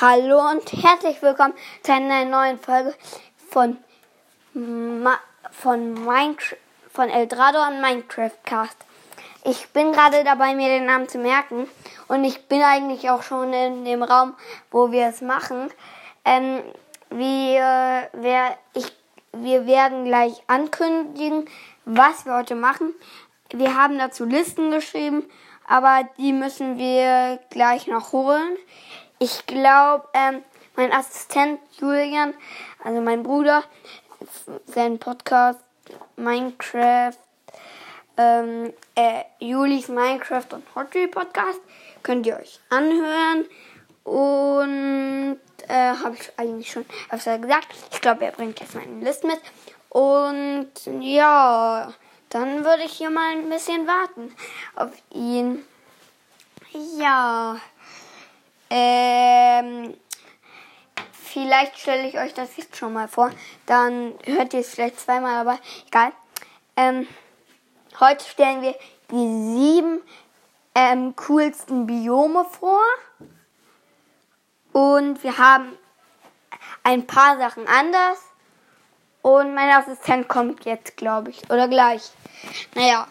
Hallo und herzlich willkommen zu einer neuen Folge von Eldrado und Minecraft-Cast. Ich bin gerade dabei, mir den Namen zu merken und ich bin eigentlich auch schon in dem Raum, wo wir es machen. Wir werden gleich ankündigen, was wir heute machen. Wir haben dazu Listen geschrieben, aber die müssen wir gleich noch holen. Ich glaube, mein Assistent Julian, also mein Bruder, sein Podcast Minecraft, Julis Minecraft und Hottree Podcast, könnt ihr euch anhören. Und habe ich eigentlich schon öfter gesagt. Ich glaube, er bringt jetzt meine Liste mit. Und ja, dann würde ich hier mal ein bisschen warten auf ihn. Ja. Vielleicht stelle ich euch das jetzt schon mal vor. Dann hört ihr es vielleicht zweimal, aber egal. Heute stellen wir die 7 coolsten Biome vor. Und wir haben ein paar Sachen anders. Und mein Assistent kommt jetzt, glaube ich. Oder gleich. Naja.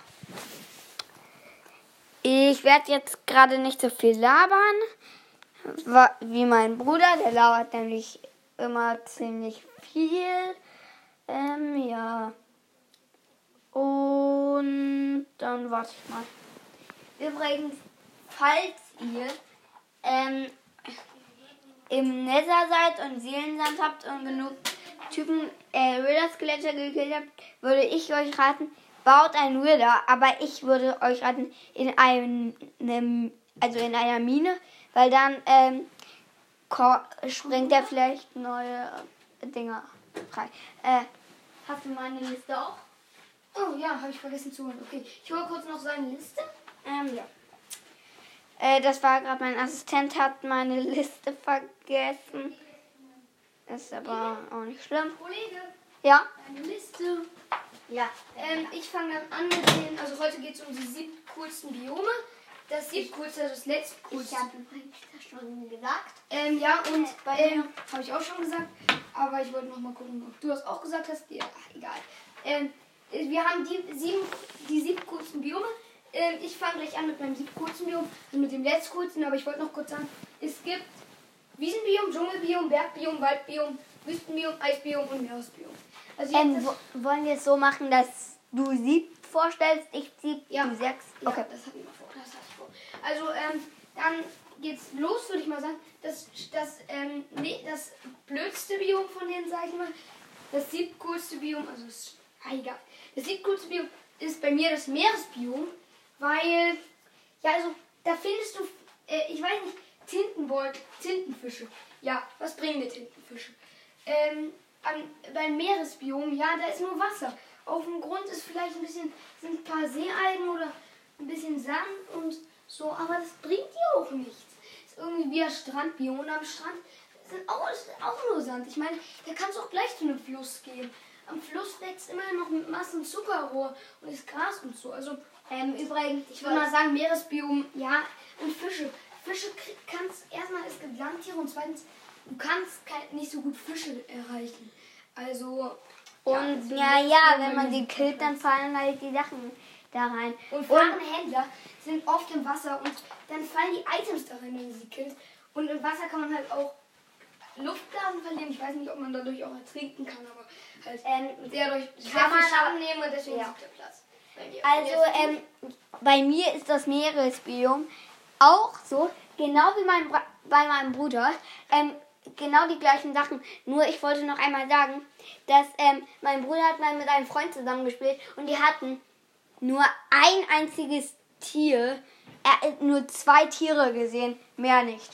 Ich werde jetzt gerade nicht so viel labern wie mein Bruder, der labert nämlich immer ziemlich viel. Ja. Und dann warte ich mal. Übrigens, falls ihr im Nether seid und Seelensand habt und genug Typen Wither-Skelette gekillt habt, würde ich euch raten, baut einen Wither, aber ich würde euch raten, in einer Mine, weil dann springt er vielleicht neue Dinger frei. Hast du meine Liste auch? Oh ja, habe ich vergessen zu holen. Okay, ich hole kurz noch seine Liste. Ja. Das war gerade mein Assistent, hat meine Liste vergessen. Ist aber auch nicht schlimm. Kollege, Ja? deine Liste. Ja. Ich fange dann an mit den, also heute geht es um die 7 coolsten Biome. Das 7 coolste, das letzte coolste. Ich habe übrigens das schon gesagt. Ja, und bei mir habe ich auch schon gesagt, aber ich wollte noch mal gucken, ob du das auch gesagt hast. Ja, egal. Wir haben die 7 coolsten Biome. Ich fange gleich an mit meinem 7 coolsten Biom, also mit dem letztcoolsten, aber ich wollte noch kurz sagen, es gibt Wiesenbiom, Dschungelbiom, Bergbiom, Waldbiom, Wüstenbiom, Eisbiom und Meeresbiom. Also wollen wir es so machen, dass du 7 vorstellst, ich 7, ja, du 6? Okay, ja, das hatte ich vor. Also, dann geht's los, würde ich mal sagen. Das blödste Biom von denen, sage ich mal. Das 7 coolste Biom, also ist egal. Das 7 coolste Biom ist bei mir das Meeresbiom, weil, ja, also, da findest du, ich weiß nicht, Tintenfische. Ja, was bringen die Tintenfische? Beim Meeresbiom, ja, da ist nur Wasser. Auf dem Grund ist vielleicht sind ein paar Seealgen oder ein bisschen Sand und so, aber das bringt dir auch nichts. Ist irgendwie wie ein Strandbiom und am Strand ist auch nur Sand. Ich meine, da kannst du auch gleich zu einem Fluss gehen. Am Fluss wächst immer noch mit Massen Zuckerrohr und ist Gras und so. Also, übrigens, ich würde mal sagen, Meeresbiom, ja, und Fische. Fische erstmal, es gibt Landtiere und zweitens, du kannst nicht so gut Fische erreichen. Also, und ja, wenn man die killt, dann fallen halt die Sachen da rein. Und fahrende Händler sind oft im Wasser und dann fallen die Items da rein, wenn du sie killst. Und im Wasser kann man halt auch Luftblasen verlieren. Ich weiß nicht, ob man dadurch auch ertrinken kann, aber halt sehr viel Schaden nehmen und deswegen ist der Platz. Also, bei mir ist das Meeresbiom auch so, genau wie bei meinem Bruder, genau die gleichen Sachen. Nur ich wollte noch einmal sagen, dass mein Bruder hat mal mit einem Freund zusammengespielt und die hatten nur ein einziges Tier, er hat nur 2 Tiere gesehen, mehr nicht.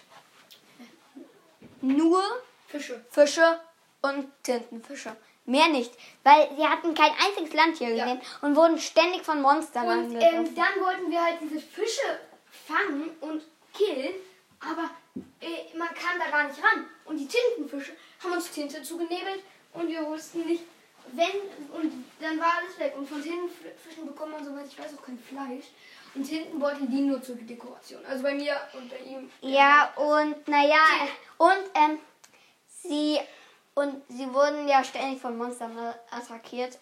Nur Fische und Tintenfische. Mehr nicht, weil sie hatten kein einziges Landtier gesehen und wurden ständig von Monstern angegriffen. Und dann wollten wir halt diese Fische fangen und killen, aber man kam da gar nicht ran. Und die Tintenfische haben uns Tinte zugenebelt und wir wussten nicht, und dann war alles weg. Und von Tintenfischen bekommt man, soweit ich weiß, auch kein Fleisch. Und Tintenbeutel dienen nur zur Dekoration. Also bei mir und bei ihm. Ja, und naja, Und sie wurden ja ständig von Monstern attackiert.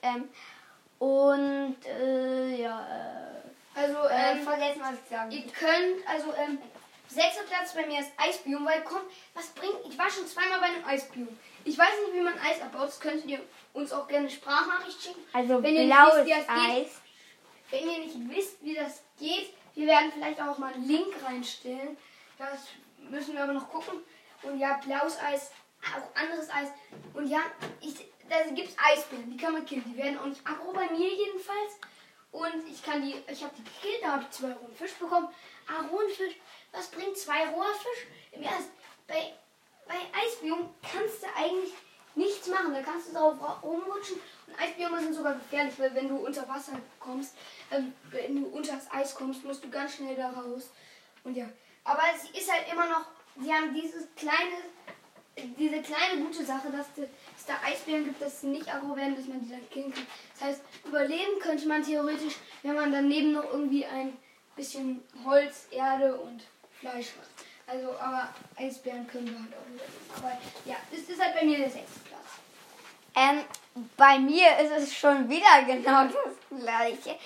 Vergessen, was ich sagen Ihr könnt, also, 6. Platz bei mir ist Eisbiom, weil komm, was bringt, ich war schon zweimal bei einem Eisbiom. Ich weiß nicht, wie man Eis abbaut, das könntet ihr uns auch gerne eine Sprachnachricht schicken. Also wenn ihr blaues nicht wisst, wie das Eis. geht, wenn ihr nicht wisst, wie das geht, wir werden vielleicht auch mal einen Link reinstellen. Das müssen wir aber noch gucken. Und ja, blaues Eis, auch anderes Eis. Und ja, da gibt es Eisbären, die kann man killen. Die werden auch nicht aggro, bei mir jedenfalls. Und ich habe die gekillt, da habe ich 2 rohen Fisch bekommen. Rohen Fisch, was bringt 2 roher Fisch? Im Ernst, bei Eisbiom kannst du eigentlich nichts machen. Da kannst du drauf rumrutschen. Und Eisbiome sind sogar gefährlich, weil wenn du unter Wasser kommst, wenn du unter das Eis kommst, musst du ganz schnell da raus. Und ja, aber sie ist halt immer noch, sie haben diese kleine gute Sache, dass es da Eisbären gibt, dass sie nicht aggro werden, dass man die dann killen kann. Das heißt, überleben könnte man theoretisch, wenn man daneben noch irgendwie ein bisschen Holz, Erde und Fleisch hat. Also, aber Eisbären können wir halt auch überleben. Aber ja, das ist halt bei mir der 6. Platz. Bei mir ist es schon wieder genau das Gleiche.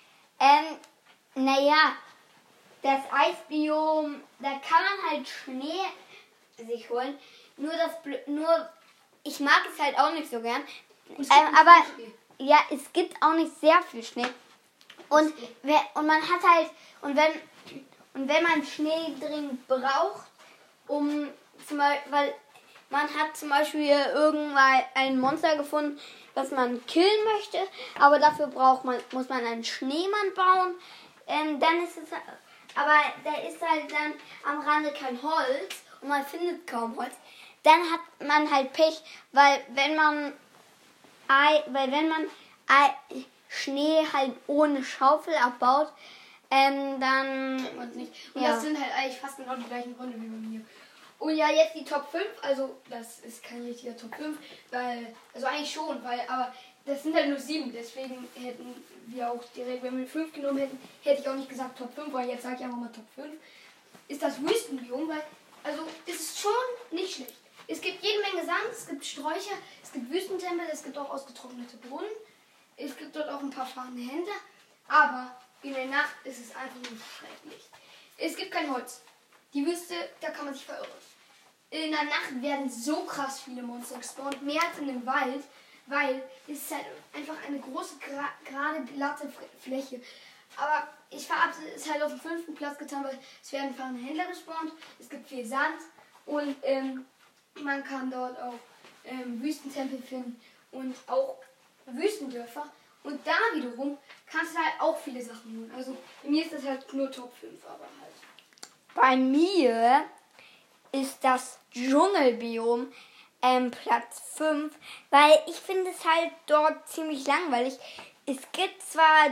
Das Eisbiom, da kann man halt Schnee sich holen. Nur ich mag es halt auch nicht so gern. Ja, es gibt auch nicht sehr viel Schnee. Und man hat halt, und wenn man Schnee dringend braucht, weil man hat zum Beispiel irgendwann ein Monster gefunden, das man killen möchte, aber dafür muss man einen Schneemann bauen. Dann ist es, aber da ist halt dann am Rande kein Holz und man findet kaum Holz. Dann hat man halt Pech, weil wenn man Schnee halt ohne Schaufel abbaut, dann... Und nicht. Und ja, das sind halt eigentlich fast genau die gleichen Gründe wie bei mir. Und ja, jetzt die Top 5, also das ist kein richtiger Top 5, also eigentlich schon, aber das sind halt nur 7, deswegen hätten wir auch direkt, wenn wir 5 genommen hätten, hätte ich auch nicht gesagt Top 5, weil jetzt sage ich einfach mal Top 5, ist das Wüstenbiom, weil, also es ist schon nicht schlecht. Es gibt jede Menge Sand, es gibt Sträucher, es gibt Wüstentempel, es gibt auch ausgetrocknete Brunnen, es gibt dort auch ein paar fahrende Händler, aber in der Nacht ist es einfach nur schrecklich. Es gibt kein Holz. Die Wüste, da kann man sich verirren. In der Nacht werden so krass viele Monster gespawnt, mehr als in dem Wald, weil es ist halt einfach eine große, gerade glatte Fläche. Aber ich habe es halt auf den 5. Platz getan, weil es werden fahrende Händler gespawnt, es gibt viel Sand und man kann dort auch Wüstentempel finden und auch Wüstendörfer. Und da wiederum kannst du halt auch viele Sachen holen. Also bei mir ist das halt nur Top 5, aber halt. Bei mir ist das Dschungelbiom Platz 5, weil ich finde es halt dort ziemlich langweilig. Es gibt zwar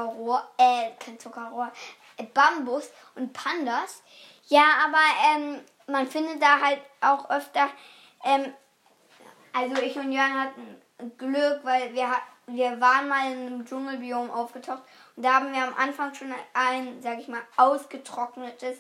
Bambus und Pandas, ja, aber man findet da halt auch öfter, also ich und Jörn hatten Glück, weil wir waren mal in einem Dschungelbiom aufgetaucht und da haben wir am Anfang schon ein, sag ich mal, ausgetrocknetes,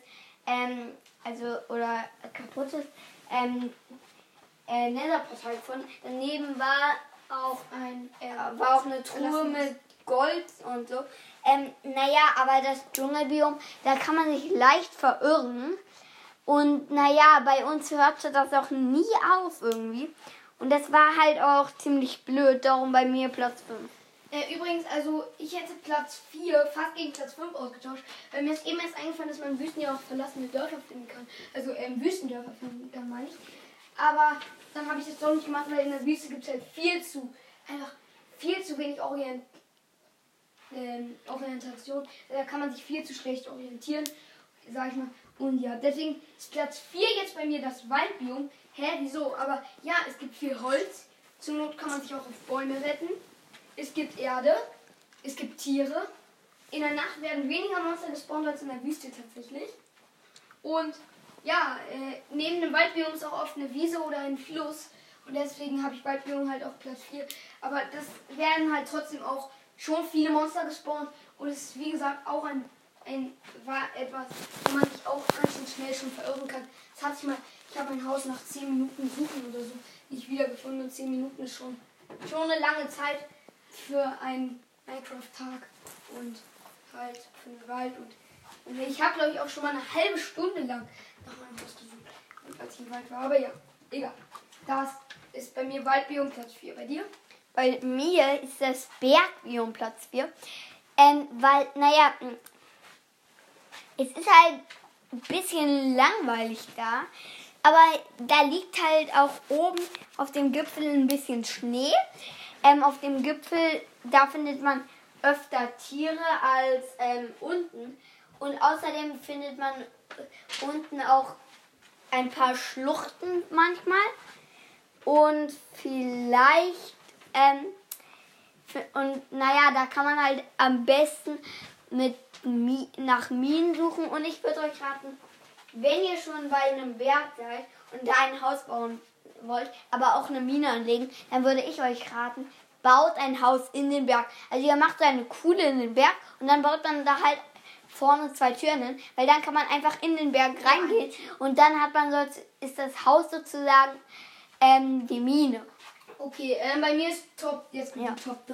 oder kaputtes Netherportal gefunden. Daneben war auch eine Truhe mit Gold und so. Aber das Dschungelbiom, da kann man sich leicht verirren. Und bei uns hörte das auch nie auf irgendwie. Und das war halt auch ziemlich blöd, darum bei mir Platz 5. Übrigens, also ich hätte Platz 4 fast gegen Platz 5 ausgetauscht, weil mir ist eben erst eingefallen, dass man in Wüsten ja auch verlassene Dörfer finden kann. Also Wüstendörfer finden kann, meine ich. Aber dann habe ich das doch nicht gemacht, weil in der Wüste gibt es halt viel zu wenig Orientation. Da kann man sich viel zu schlecht orientieren, sag ich mal. Und ja, deswegen ist Platz 4 jetzt bei mir das Waldbiom. Wieso? Aber ja, es gibt viel Holz. Zur Not kann man sich auch auf Bäume retten. Es gibt Erde. Es gibt Tiere. In der Nacht werden weniger Monster gespawnt als in der Wüste tatsächlich. Und ja, neben dem Waldbiom ist auch oft eine Wiese oder ein Fluss. Und deswegen habe ich Waldbiom halt auf Platz 4. Aber das werden halt trotzdem auch schon viele Monster gespawnt. Und es ist wie gesagt auch etwas, wo man sich auch ganz schön schnell schon verirren kann. Das hatte ich mal Ich habe mein Haus nach 10 Minuten suchen oder so nicht wiedergefunden. Und 10 Minuten ist schon eine lange Zeit für einen Minecraft-Tag und halt für den Wald. Und ich habe, glaube ich, auch schon mal eine halbe Stunde lang nach meinem Haus gesucht, als ich im Wald war. Aber ja, egal. Das ist bei mir Waldbiom Platz 4. Bei dir? Bei mir ist das Bergbiom Platz 4. Weil, naja, es ist halt ein bisschen langweilig da. Aber da liegt halt auch oben auf dem Gipfel ein bisschen Schnee. Auf dem Gipfel, da findet man öfter Tiere als unten. Und außerdem findet man unten auch ein paar Schluchten manchmal. Und vielleicht, und naja, da kann man halt am besten nach Minen suchen. Und ich würde euch raten, wenn ihr schon bei einem Berg seid und da ein Haus bauen wollt, aber auch eine Mine anlegen, dann würde ich euch raten, baut ein Haus in den Berg. Also ihr macht so eine Kuhle in den Berg und dann baut man da halt vorne 2 Türen hin, weil dann kann man einfach in den Berg reingehen und dann hat man ist das Haus sozusagen die Mine. Okay, bei mir ist Top 3.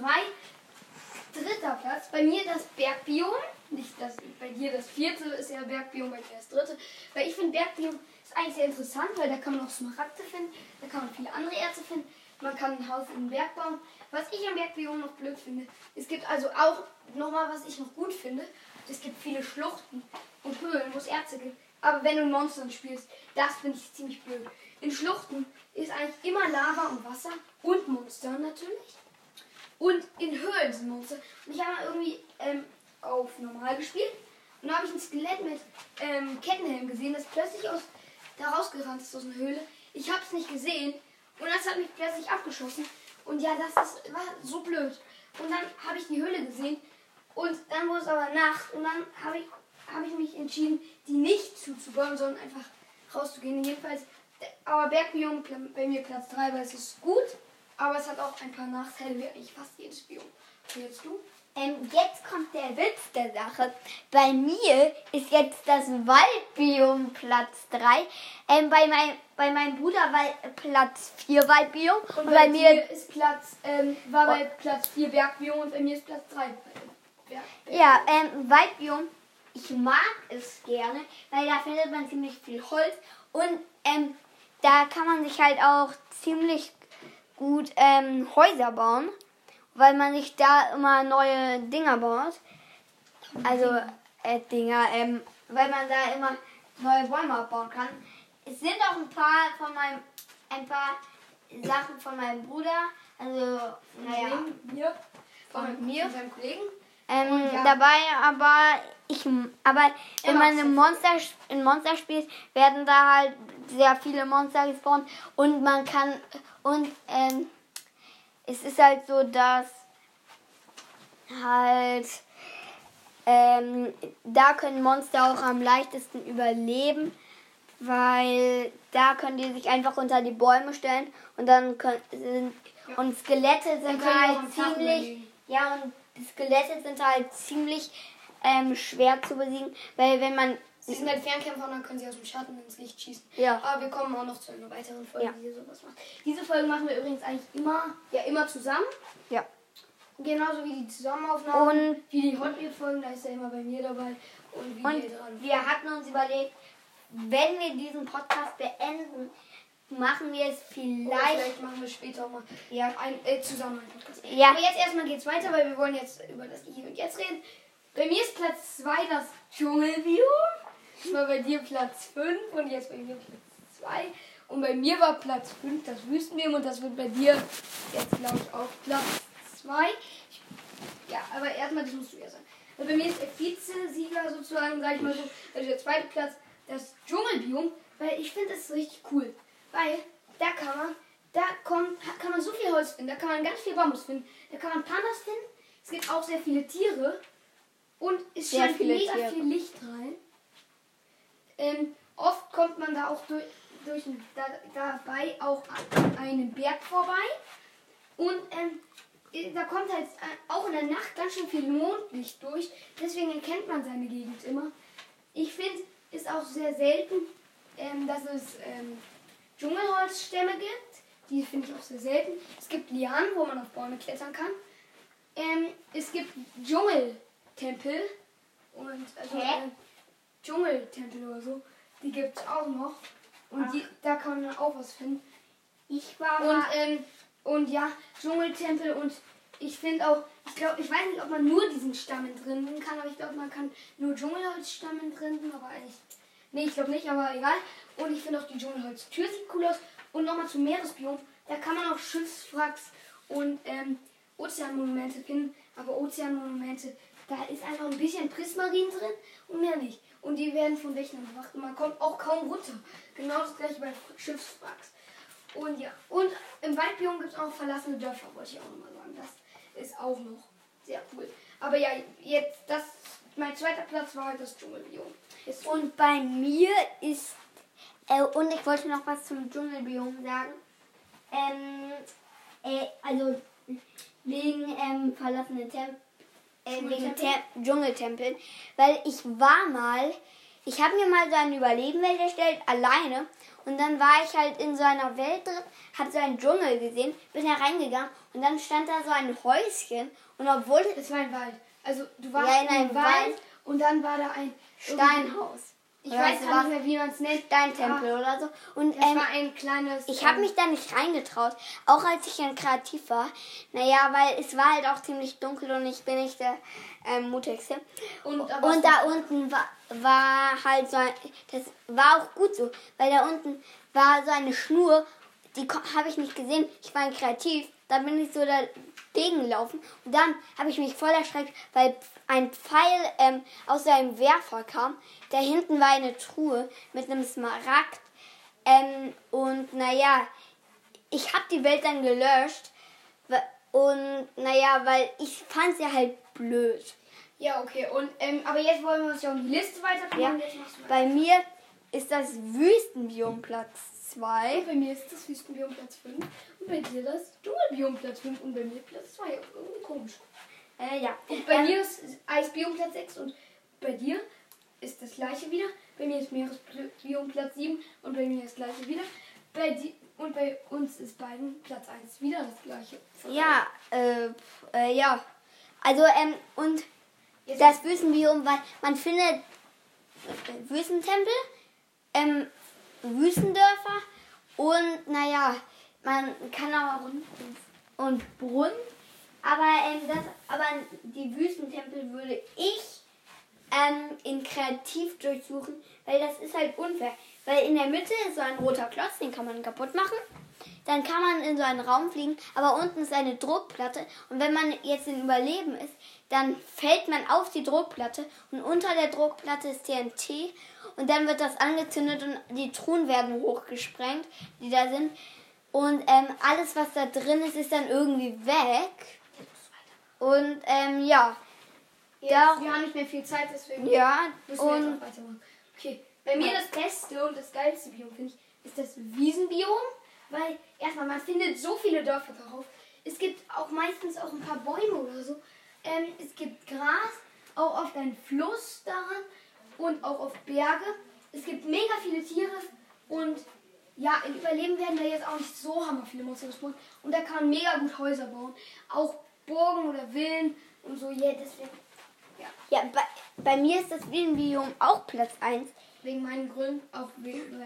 Dritter Platz. Bei mir das Bergbiom. Nicht das, bei dir das 4. ist ja Bergbiom, bei dir das 3. Weil ich finde Bergbiom ist eigentlich sehr interessant, weil da kann man auch Smaragde finden, da kann man viele andere Erze finden. Man kann ein Haus in den Berg bauen. Was ich am Bergbiom noch blöd finde, es gibt also auch nochmal, was ich noch gut finde, es gibt viele Schluchten und Höhlen, wo es Erze gibt. Aber wenn du in Monstern spielst, das finde ich ziemlich blöd. In Schluchten ist eigentlich immer Lava und Wasser und Monster natürlich. Und in Höhlen sind Monster. Und ich habe mal irgendwie auf normal gespielt. Und da habe ich ein Skelett mit Kettenhelm gesehen, das plötzlich da rausgerannt ist aus einer Höhle. Ich habe es nicht gesehen. Und das hat mich plötzlich abgeschossen. Und ja, war so blöd. Und dann habe ich die Höhle gesehen. Und dann wurde es aber Nacht. Und dann habe ich mich entschieden, die nicht zuzubauen, sondern einfach rauszugehen. Jedenfalls, aber Bergbiom bei mir Platz 3, weil es ist gut. Aber es hat auch ein paar Nachteile, wie eigentlich fast jedes Biom. Und jetzt du? Jetzt kommt der Witz der Sache. Bei mir ist jetzt das Waldbiom Platz 3. Bei meinem Bruder war Platz 4 Waldbiom. Und bei mir ist bei Platz 4 Bergbiom und bei mir ist Platz 3 Bergbiom. Ja, Waldbiom, ich mag es gerne, weil da findet man ziemlich viel Holz. Und da kann man sich halt auch ziemlich gut Häuser bauen, weil man sich da immer neue Dinger baut. Also weil man da immer neue Bäume abbauen kann. Es sind auch ein paar Sachen von meinem Bruder, also von mir, von seinem Kollegen. Dabei, aber wenn man in Monster spielt, werden da halt sehr viele Monster gespawnt und es ist halt so, dass halt da können Monster auch am leichtesten überleben, weil da können die sich einfach unter die Bäume stellen und dann und Skelette sind halt ziemlich schwer zu besiegen, weil wenn man sie sind halt Fernkämpfer und dann können sie aus dem Schatten ins Licht schießen. Ja. Aber wir kommen auch noch zu einer weiteren Folge, die sowas macht. Diese Folge machen wir übrigens eigentlich immer zusammen. Ja. Genauso wie die Zusammenaufnahmen, und wie die Hot Wheels-Folgen, da ist er immer bei mir dabei. Und wir hatten uns überlegt, wenn wir diesen Podcast beenden, machen wir es vielleicht machen wir später auch mal zusammen einen Podcast. Ja. Aber jetzt erstmal geht's weiter, weil wir wollen jetzt über das Hier und Jetzt reden. Bei mir ist Platz 2 das Dschungelbiom. Das war bei dir Platz 5 und jetzt bei mir Platz 2. Und bei mir war Platz 5 das Wüstenbiom und das wird bei dir jetzt, glaube ich, auch Platz 2. Ja, aber erstmal, das musst du ja sagen. Also bei mir ist der Vize-Sieger sozusagen, sag ich mal so, also der zweite Platz, das Dschungelbiom, weil ich finde es richtig cool. Weil da kann man so viel Holz finden, da kann man ganz viel Bambus finden, da kann man Pandas finden, es gibt auch sehr viele Tiere und es scheint mega viel Licht rein. Oft kommt man da auch dabei auch an einem Berg vorbei und da kommt halt auch in der Nacht ganz schön viel Mondlicht durch, deswegen erkennt man seine Gegend immer. Ich finde, ist auch sehr selten, dass es Dschungelholzstämme gibt. Die finde ich auch sehr selten. Es gibt Lianen, wo man auf Bäume klettern kann. Es gibt Dschungeltempel. Und also Dschungeltempel oder so. Die gibt es auch noch. Und da kann man auch was finden. Ich war mal... Und ja, Dschungeltempel und ich finde auch, ich weiß nicht, ob man nur diesen Stamm entrinden kann, aber ich glaube, man kann nur Dschungelholzstamm entrinden, aber eigentlich, nee, ich glaube nicht, aber egal. Und ich finde auch die Dschungelholztür sieht cool aus. Und nochmal zum Meeresbiom, da kann man auch Schiffswracks und Ozeanmonumente finden, aber Ozeanmonumente, da ist einfach ein bisschen Prismarin drin und mehr nicht. Und die werden von Wächtern bewacht und man kommt auch kaum runter. Genau das gleiche bei Schiffswracks. Und ja, und im Waldbiom gibt es auch verlassene Dörfer, wollte ich auch nochmal sagen. Das ist auch noch sehr cool. Aber ja, jetzt mein zweiter Platz war halt das Dschungelbiom. Und bei mir ist, und ich wollte noch was zum Dschungelbiom sagen. Also wegen verlassenen Dschungeltempeln, weil ich habe mir mal so eine Überlebenwelt erstellt, alleine. Und dann war ich halt in so einer Welt drin, hatte so einen Dschungel gesehen, bin da reingegangen und dann stand da so ein Häuschen. Und obwohl... Das war ein Wald. Also du warst in einem Wald und dann war da ein Steinhaus. Ich weiß gar nicht mehr, wie man es nennt. Steintempel oder so. Und das war ein kleines... Ich habe mich da nicht reingetraut, auch als ich dann kreativ war. Naja, weil es war halt auch ziemlich dunkel und ich bin nicht der mutigste. Und da unten war halt so das war auch gut so, weil da unten war so eine Schnur, die habe ich nicht gesehen. Ich war kreativ, da bin ich so dagegen gelaufen und dann habe ich mich voll erschreckt, weil ein Pfeil aus so einem Werfer kam. Da hinten war eine Truhe mit einem Smaragd und naja, ich habe die Welt dann gelöscht und naja, weil ich fand sie halt blöd. Ja, okay. Und aber jetzt wollen wir uns ja um die Liste weiterführen. Ja, bei mir ist das Wüstenbiom Platz 2. Bei mir ist das Wüstenbiom Platz 5. Und bei dir das Dschungelbiom Platz 5. Und bei mir Platz 2. Irgendwie komisch. Ja. Und bei mir ist Eisbiom Platz 6. Und bei dir ist das gleiche wieder. Bei mir ist Meeresbiom Platz 7. Und bei mir ist das gleiche wieder. Und bei uns ist beiden Platz 1 wieder das gleiche. Ja, ja. Also, und das Wüstenbiom, weil man findet Wüstentempel, Wüstendörfer und naja, man kann auch und Brunnen, aber die Wüstentempel würde ich in kreativ durchsuchen, weil das ist halt unfair. Weil in der Mitte ist so ein roter Klotz, den kann man kaputt machen. Dann kann man in so einen Raum fliegen, aber unten ist eine Druckplatte. Und wenn man jetzt in Überleben ist, dann fällt man auf die Druckplatte und unter der Druckplatte ist TNT. Und dann wird das angezündet und die Truhen werden hochgesprengt, die da sind. Und alles, was da drin ist, ist dann irgendwie weg. Und ja. Wir haben nicht mehr viel Zeit, deswegen ja, müssen wir jetzt auch weitermachen. Okay, bei mir das beste und das geilste Biom, finde ich, ist das Wiesenbiom. Weil erstmal, man findet so viele Dörfer darauf. Es gibt auch meistens auch ein paar Bäume oder so. Es gibt Gras, auch auf einem Fluss daran und auch auf Berge. Es gibt mega viele Tiere und ja, in Überleben werden da jetzt auch nicht so hammer viele Monster gespawnt. Und da kann man mega gut Häuser bauen. Auch Burgen oder Villen und so. Yeah, deswegen, ja, bei mir ist das Wiesenbiom auch Platz 1. wegen meinen Gründen, auch wegen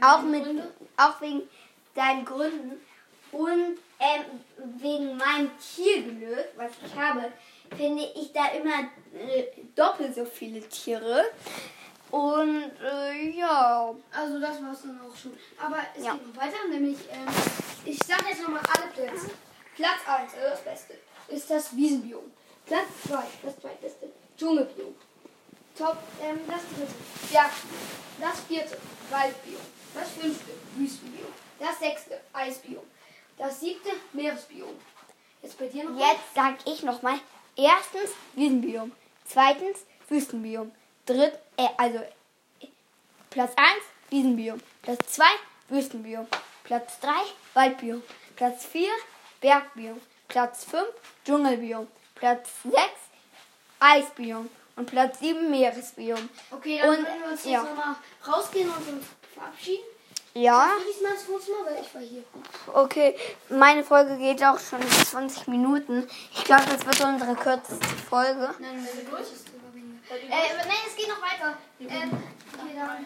deinen Gründen und wegen meinem Tierglück, was ich habe, finde ich da immer doppelt so viele Tiere. Und ja. Also das war's dann auch schon. Aber es geht noch weiter, nämlich ich sage jetzt nochmal alle Plätze. Platz 1, also das Beste, ist das Wiesenbiom. Platz 2, das zweitbeste, Dschungelbiom. Top, das dritte, Bergbiom. Das vierte, Waldbiom. Das fünfte, Wüstenbiom. Das sechste, Eisbiom. Das siebte, Meeresbiom. Jetzt bei dir noch was? Jetzt sag ich nochmal. Erstens Wiesenbiom. Zweitens Wüstenbiom. Also Platz 1 Wiesenbiom. Platz 2 Wüstenbiom. Platz 3 Waldbiom. Platz 4 Bergbiom. Platz 5 Dschungelbiom. Platz 6 Eisbiom. Und Platz 7 Meeresbiom. Okay, dann werden wir uns jetzt nochmal rausgehen und uns verabschieden. Ja, Ich mal ins Wohnzimmer, weil ich war hier. okay. Meine Folge geht auch schon 20 Minuten. Ich glaube, das wird unsere kürzeste Folge. Nein, das ist nein, es geht noch weiter. Okay, dann.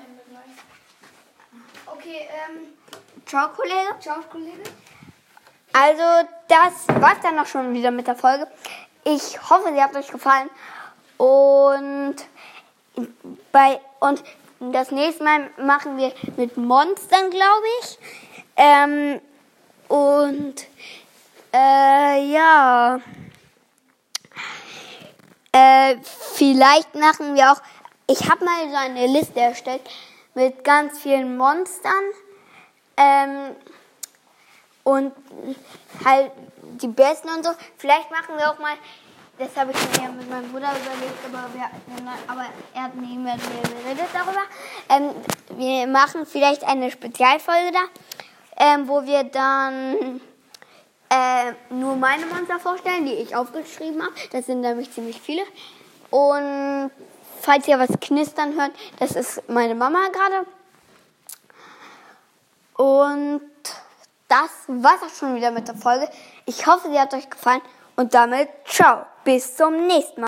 Okay, Ciao, Kollege. ciao, Kollege. Also, das war's dann noch schon wieder mit der Folge. Ich hoffe, sie hat euch gefallen. Und das nächste Mal machen wir mit Monstern, glaube ich. Ja. Vielleicht machen wir auch. Ich habe mal so eine Liste erstellt mit ganz vielen Monstern. Und halt die besten und so. Vielleicht machen wir auch mal, das habe ich mir ja mit meinem Bruder überlegt, aber er hat nie mehr geredet darüber. Wir machen vielleicht eine Spezialfolge da, wo wir dann nur meine Monster vorstellen, die ich aufgeschrieben habe. Das sind nämlich ziemlich viele. Und falls ihr was knistern hört, das ist meine Mama gerade. Und das war's auch schon wieder mit der Folge. Ich hoffe, sie hat euch gefallen. Und damit ciao, bis zum nächsten Mal.